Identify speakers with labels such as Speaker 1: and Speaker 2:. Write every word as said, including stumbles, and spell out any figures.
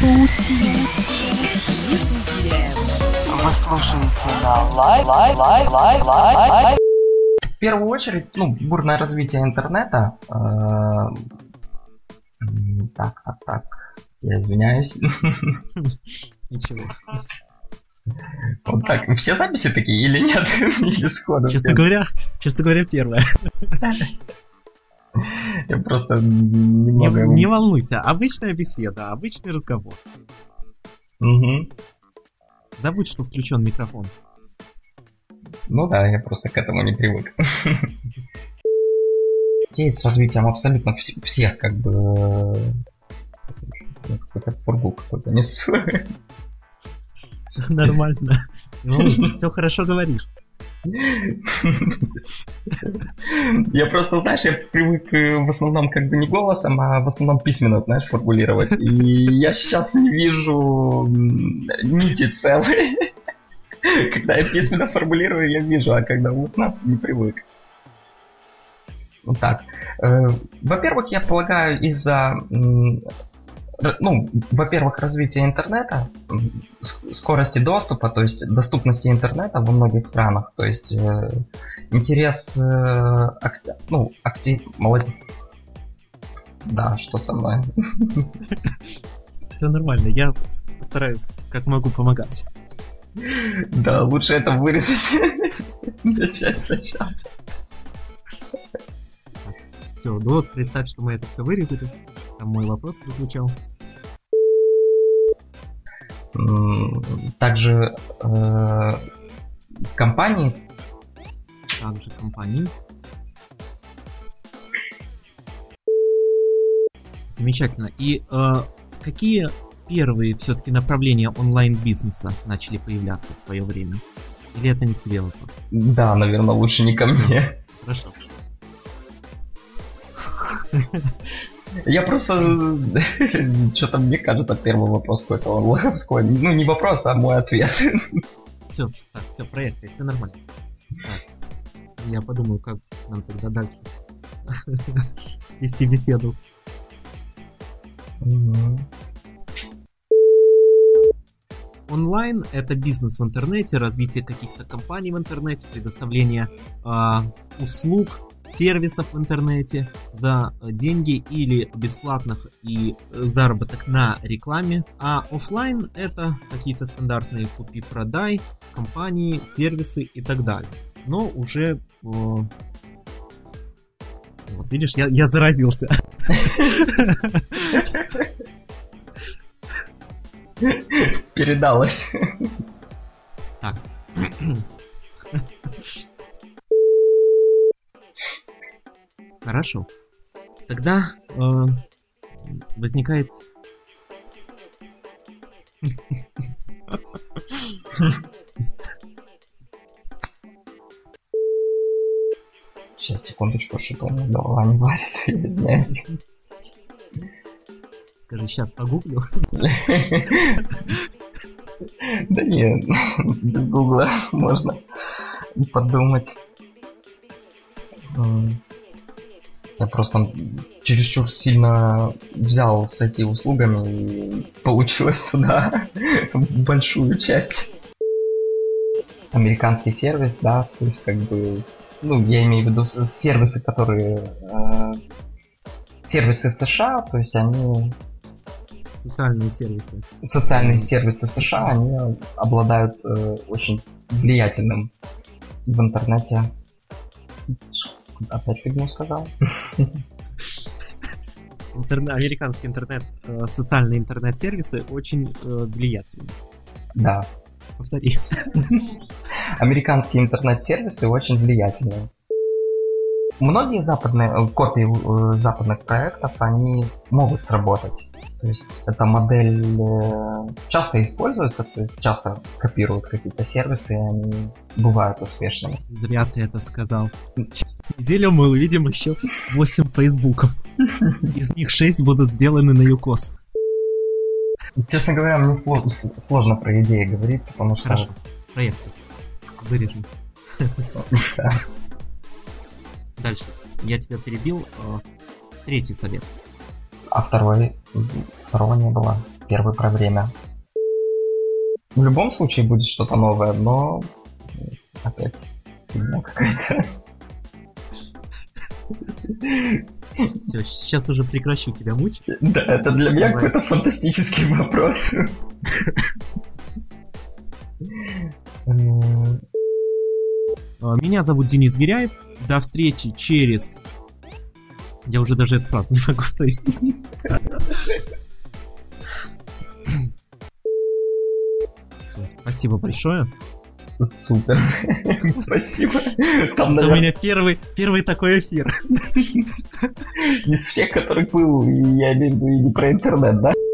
Speaker 1: Паутина.
Speaker 2: Вы слушаете на лайв, лайв, лайв, лайв, лайв. В первую очередь, ну, бурное развитие интернета. Так, так, так. Я извиняюсь.
Speaker 3: Ничего.
Speaker 2: Вот так. Все записи такие или нет? Или сходу?
Speaker 3: Честно говоря, честно говоря, первое.
Speaker 2: Я просто немного...
Speaker 3: Не, не волнуйся, обычная беседа, обычный разговор.
Speaker 2: Угу.
Speaker 3: Забудь, что включен микрофон.
Speaker 2: Ну да, я просто к этому не привык. Здесь с развитием абсолютно вс- всех, как бы... Какой-то пургу какой-то несу.
Speaker 3: Все нормально. Ну, все хорошо говоришь.
Speaker 2: Я просто, знаешь, я привык в основном как бы не голосом, а в основном письменно, знаешь, формулировать. И я сейчас не вижу нити целой. Когда я письменно формулирую, я вижу, а когда устно, не привык. Вот так. Во-первых, я полагаю, из-за... Ну, во-первых, развитие интернета, скорости доступа, то есть доступности интернета во многих странах, то есть э, интерес, э, акти- ну, актив, молодежь. Да, что со мной?
Speaker 3: Все нормально, я постараюсь как могу помогать.
Speaker 2: Да, лучше это вырезать. Начать сначала.
Speaker 3: Все, ну вот представь, что мы это все вырезали. Там мой вопрос прозвучал.
Speaker 2: Также э, компании.
Speaker 3: Также компании. Замечательно. И э, какие первые все-таки направления онлайн-бизнеса начали появляться в свое время? Или это не к тебе вопрос?
Speaker 2: Да, наверное, лучше не ко мне.
Speaker 3: Хорошо.
Speaker 2: Я просто... Что-то мне кажется, первый вопрос какой-то он лоховской. Ну, не вопрос, а мой ответ.
Speaker 3: Все, так, все, проехали, все нормально. Так, я подумаю, как нам тогда дальше вести беседу.
Speaker 2: Mm-hmm.
Speaker 3: Онлайн — это бизнес в интернете, развитие каких-то компаний в интернете, предоставление э, услуг, сервисов в интернете за деньги или бесплатных и заработок на рекламе. А офлайн — это какие-то стандартные купи-продай, компании, сервисы и так далее. Но уже... Э, вот видишь, я, я заразился.
Speaker 2: Передалось.
Speaker 3: Так. Хорошо. Тогда э, возникает...
Speaker 2: Сейчас, секундочку, что-то у меня голова не варит, я извиняюсь.
Speaker 3: Скажи, сейчас погуглю.
Speaker 2: Да нет, без гугла можно подумать. Я просто чересчур сильно взял с этими услугами и получилось туда большую часть. Американский сервис, да, то есть как бы, ну, я имею в виду сервисы, которые... Э, сервисы США, то есть они...
Speaker 3: Социальные сервисы.
Speaker 2: Социальные сервисы США, они обладают э, очень влиятельным в интернете. Опять фигню сказал.
Speaker 3: Интернет, американский интернет, э, социальные интернет-сервисы очень э, влиятельны.
Speaker 2: Да.
Speaker 3: Повтори.
Speaker 2: Американские интернет-сервисы очень влиятельны. Многие западные копии э, западных проектов, они могут сработать. То есть эта модель э, часто используется, то есть часто копируют какие-то сервисы, и они бывают успешными.
Speaker 3: Зря ты это сказал. Неделю мы увидим еще восемь фейсбуков. Из них шесть будут сделаны на юкос.
Speaker 2: Честно говоря, мне сло- сложно про идеи говорить, потому что...
Speaker 3: Хорошо, проехали. Вырежем.
Speaker 2: Да.
Speaker 3: Дальше. Я тебя перебил. Третий совет.
Speaker 2: А второй... Второго не было. Первый про время. В любом случае будет что-то новое, но опять фигня какая-то.
Speaker 3: Все, сейчас уже прекращу тебя мучить.
Speaker 2: Да, это для меня Давай. Какой-то фантастический вопрос.
Speaker 3: Меня зовут Денис Гиряев. До встречи через... Я уже даже эту фразу не могу произнести. Спасибо большое.
Speaker 2: Супер. Спасибо.
Speaker 3: Там, наверное... у меня первый, первый такой эфир.
Speaker 2: Из всех, который был, я имею в виду и не про интернет, да?